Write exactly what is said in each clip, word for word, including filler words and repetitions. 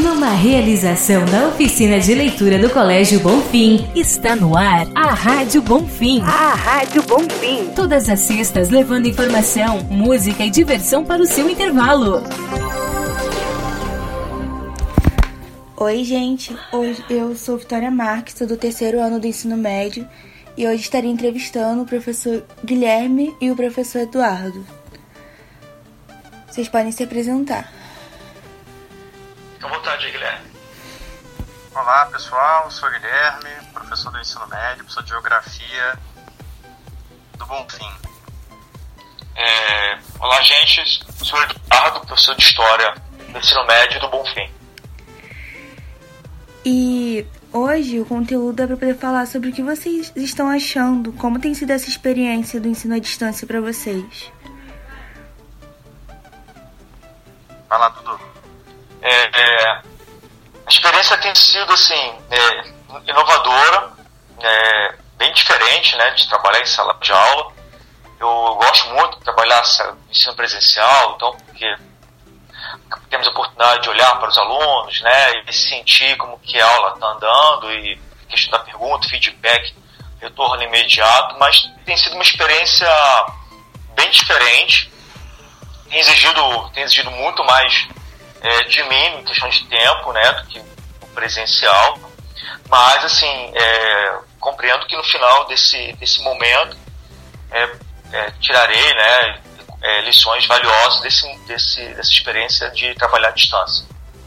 Numa realização da oficina de leitura do Colégio Bonfim, está no ar a Rádio Bonfim. A Rádio Bonfim. Todas as sextas levando informação, música e diversão para o seu intervalo. Oi, gente. Hoje eu sou Vitória Marques, sou do terceiro ano do ensino médio e hoje estarei entrevistando o professor Guilherme e o professor Eduardo. Vocês podem se apresentar. Fica à vontade, Guilherme. Olá, pessoal. Eu sou o Guilherme, professor do ensino médio, professor de Geografia do Bonfim. É, olá, gente. Eu sou o Eduardo, professor de História do ensino médio do Bonfim. E hoje o conteúdo é para poder falar sobre o que vocês estão achando, como tem sido essa experiência do ensino à distância para vocês. Vai lá, Dudu. É, é, a experiência tem sido assim, é, inovadora, é, bem diferente, né, de trabalhar em sala de aula. Eu gosto muito de trabalhar em ensino presencial, então, porque temos a oportunidade de olhar para os alunos, né, e sentir como que a aula está andando e questão da pergunta, feedback, retorno imediato, mas tem sido uma experiência bem diferente, tem exigido, tem exigido muito mais é, de mim em questão de tempo, né, do que o presencial, mas assim, é, compreendo que no final desse, desse momento é, é, tirarei, né, É, lições valiosas desse, desse, dessa experiência de trabalhar à distância.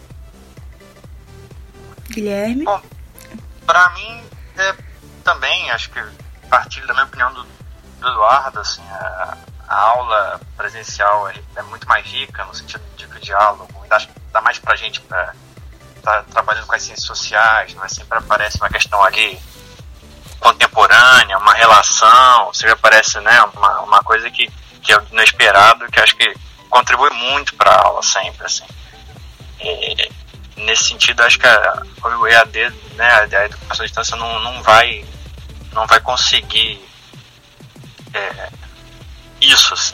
Guilherme? Bom, para mim, é, também, acho que partilho da minha opinião do, do Eduardo, assim, a, a aula presencial é, é muito mais rica no sentido de, de diálogo, ainda acho que dá mais pra gente para estar tá trabalhando com as ciências sociais, não é? Sempre aparece uma questão ali contemporânea, uma relação, sempre aparece, né, uma, uma coisa que que é inesperado, que acho que contribui muito para a aula sempre, assim. E, nesse sentido, acho que a, o E A D, né, a educação à distância não, não vai não vai conseguir é, isso, assim.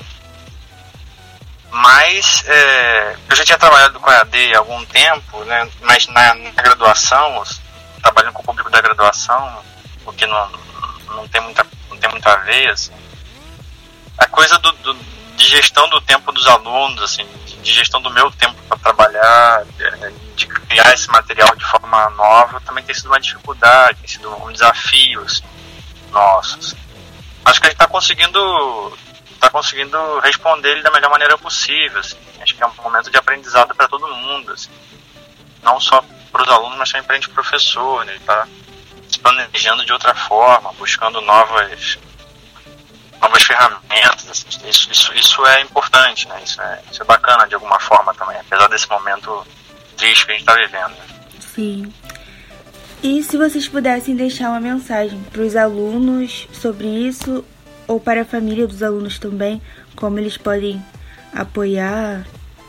Mas é, eu já tinha trabalhado com a E A D há algum tempo, né, mas na, na graduação, trabalhando com o público da graduação, o que não, não, tem, muita, não tem muito a ver, assim. A coisa do, do, de gestão do tempo dos alunos, assim, de, de gestão do meu tempo para trabalhar, de, de criar esse material de forma nova, também tem sido uma dificuldade, tem sido um desafio, assim, nosso. Assim. Acho que a gente está conseguindo, tá conseguindo responder ele da melhor maneira possível. Assim. Acho que é um momento de aprendizado para todo mundo, assim. Não só para os alunos, mas também para a gente, professor, né? Tá se planejando de outra forma, buscando novas novas ferramentas, assim, isso, isso, isso é importante, né? Isso é, isso é bacana de alguma forma também, apesar desse momento triste que a gente está vivendo. Sim. E se vocês pudessem deixar uma mensagem para os alunos sobre isso, ou para a família dos alunos também, como eles podem apoiar?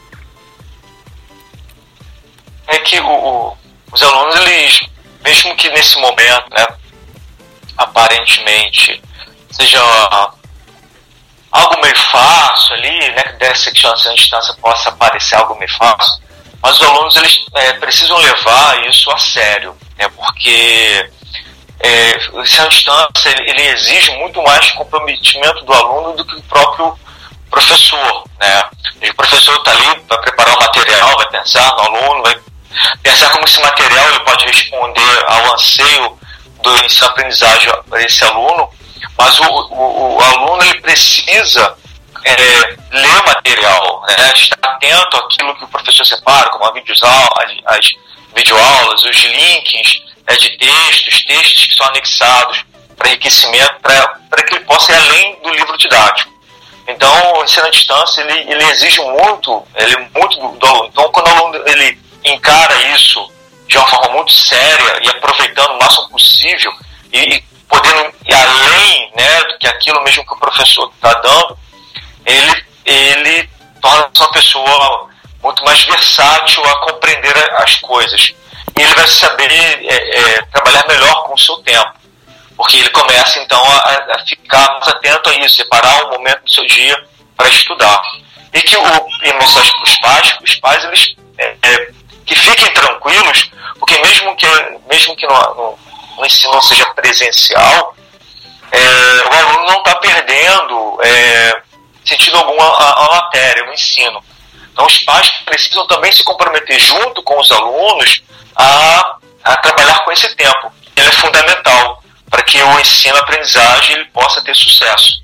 É que o, o, os alunos, eles, mesmo que nesse momento, né, aparentemente seja algo meio fácil ali, né, que dessa distância, distância possa parecer algo meio fácil, mas os alunos, eles é, precisam levar isso a sério, né, porque é, essa distância, ele, ele exige muito mais comprometimento do aluno do que o próprio professor, né. E o professor está ali para preparar o material, vai pensar no aluno, vai pensar como esse material ele pode responder ao anseio do ensino-aprendizagem para esse aluno. Mas o, o, o aluno, ele precisa é, ler o material, né? Estar atento àquilo que o professor separa, como a videoaula, as, as videoaulas, os links é, de textos, textos que são anexados para enriquecimento, para que ele possa ir além do livro didático. Então, o ensino à distância, ele, ele exige muito, ele é muito do, do aluno. Então, quando o aluno ele encara isso de uma forma muito séria e aproveitando o máximo possível e podendo ir além, né, do que aquilo mesmo que o professor está dando, ele, ele torna-se uma pessoa muito mais versátil a compreender as coisas. E ele vai saber é, é, trabalhar melhor com o seu tempo, porque ele começa então a, a ficar mais atento a isso, separar um momento do seu dia para estudar. E que o, e mensagem para os pais, os pais eles é, é, que fiquem tranquilos, porque mesmo que, mesmo que no, no, no ensino não seja presencial, é, o aluno não está perdendo é, sentido algum a, a matéria, o ensino. Então os pais precisam também se comprometer junto com os alunos a, a trabalhar com esse tempo. Ele é fundamental para que o ensino-aprendizagem ele possa ter sucesso.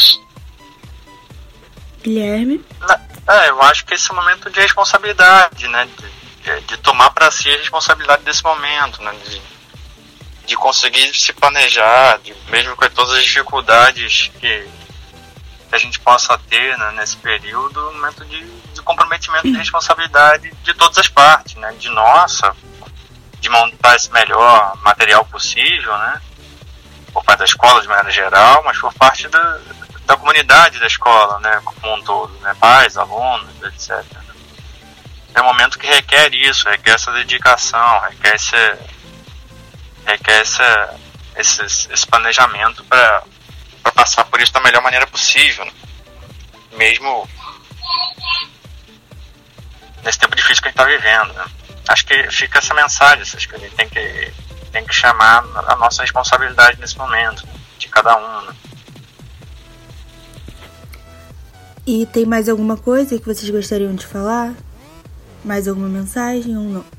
Guilherme? É, eu acho que esse é um momento de responsabilidade, né? De, de, de tomar para si a responsabilidade desse momento, né? De, de conseguir se planejar, de, mesmo com todas as dificuldades que, que a gente possa ter, né, nesse período, um momento de, de comprometimento e responsabilidade de todas as partes, né? De nossa, de montar esse melhor material possível, né? Por parte da escola de maneira geral, mas por parte da, da comunidade da escola, né, como um todo, né, pais, alunos, etcétera. É um momento que requer isso, requer essa dedicação, requer esse, requer essa, esse, esse planejamento para passar por isso da melhor maneira possível, né? Mesmo nesse tempo difícil que a gente está vivendo, né? Acho que fica essa mensagem, acho que a gente tem que, tem que chamar a nossa responsabilidade nesse momento, né, de cada um, né? E tem mais alguma coisa que vocês gostariam de falar? Mais alguma mensagem ou não?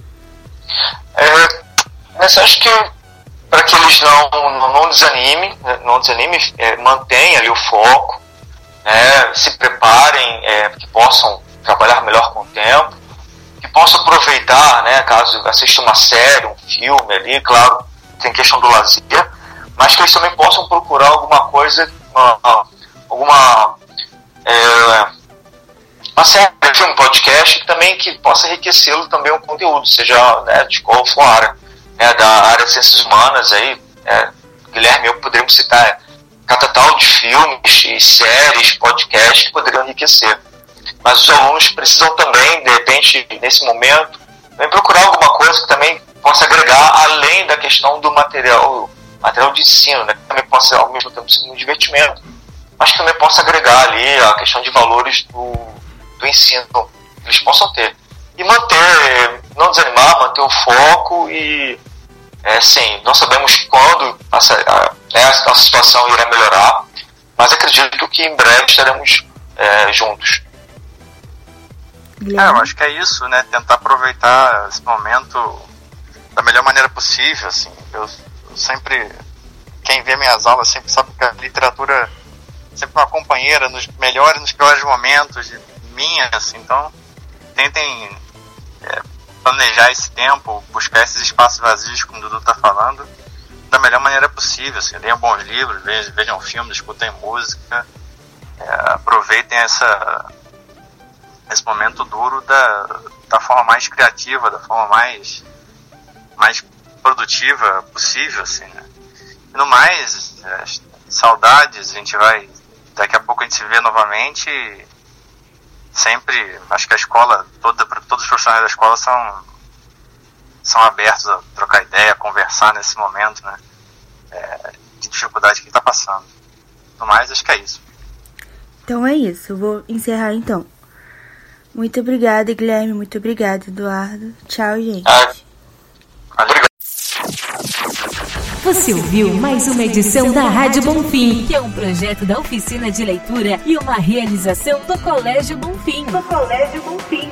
É, mensagem que para que eles não, não, não desanimem, não desanimem, é, mantenham ali o foco, né, se preparem, é, que possam trabalhar melhor com o tempo, que possam aproveitar, né, caso assistam uma série, um filme ali, claro, tem questão do lazer, mas que eles também possam procurar alguma coisa, uma, alguma é, uma série, um podcast também que possa enriquecê-lo também o conteúdo, seja, né, de qual for a área, né, da área de ciências humanas aí, é, Guilherme e eu poderíamos citar catatal de filmes e séries, podcasts que poderiam enriquecer. Mas os alunos precisam também, de repente, nesse momento, também procurar alguma coisa que também possa agregar além da questão do material, material de ensino, né, que também possa ser ao mesmo tempo um divertimento, mas que também possa agregar ali a questão de valores do, do ensino que eles possam ter. E manter, não desanimar, manter o foco e, é, sim, não sabemos quando a, a, a situação irá melhorar, mas acredito que em breve estaremos é, juntos. É, eu acho que é isso, né? Tentar aproveitar esse momento da melhor maneira possível, assim. Eu, eu sempre, quem vê minhas aulas sempre sabe que a literatura é sempre uma companheira nos melhores e nos piores momentos de minhas, então tentem é, planejar esse tempo, buscar esses espaços vazios, como o Dudu tá falando, da melhor maneira possível, assim. Leiam bons livros, vejam, vejam filmes, escutem música, é, aproveitem essa esse momento duro da, da forma mais criativa, da forma mais, mais produtiva possível, assim, né? E no mais, é, saudades, a gente vai, daqui a pouco a gente se vê novamente, sempre, acho que a escola, toda, todos os profissionais da escola são, são abertos a trocar ideia, a conversar nesse momento, né, é, de dificuldade que está passando. No mais, acho que é isso. Então é isso, eu vou encerrar então. Muito obrigada, Guilherme. Muito obrigada, Eduardo. Tchau, gente. Ah, obrigado. Você ouviu mais uma edição da Rádio Bonfim, que é um projeto da Oficina de Leitura e uma realização do Colégio Bonfim. Do Colégio Bonfim.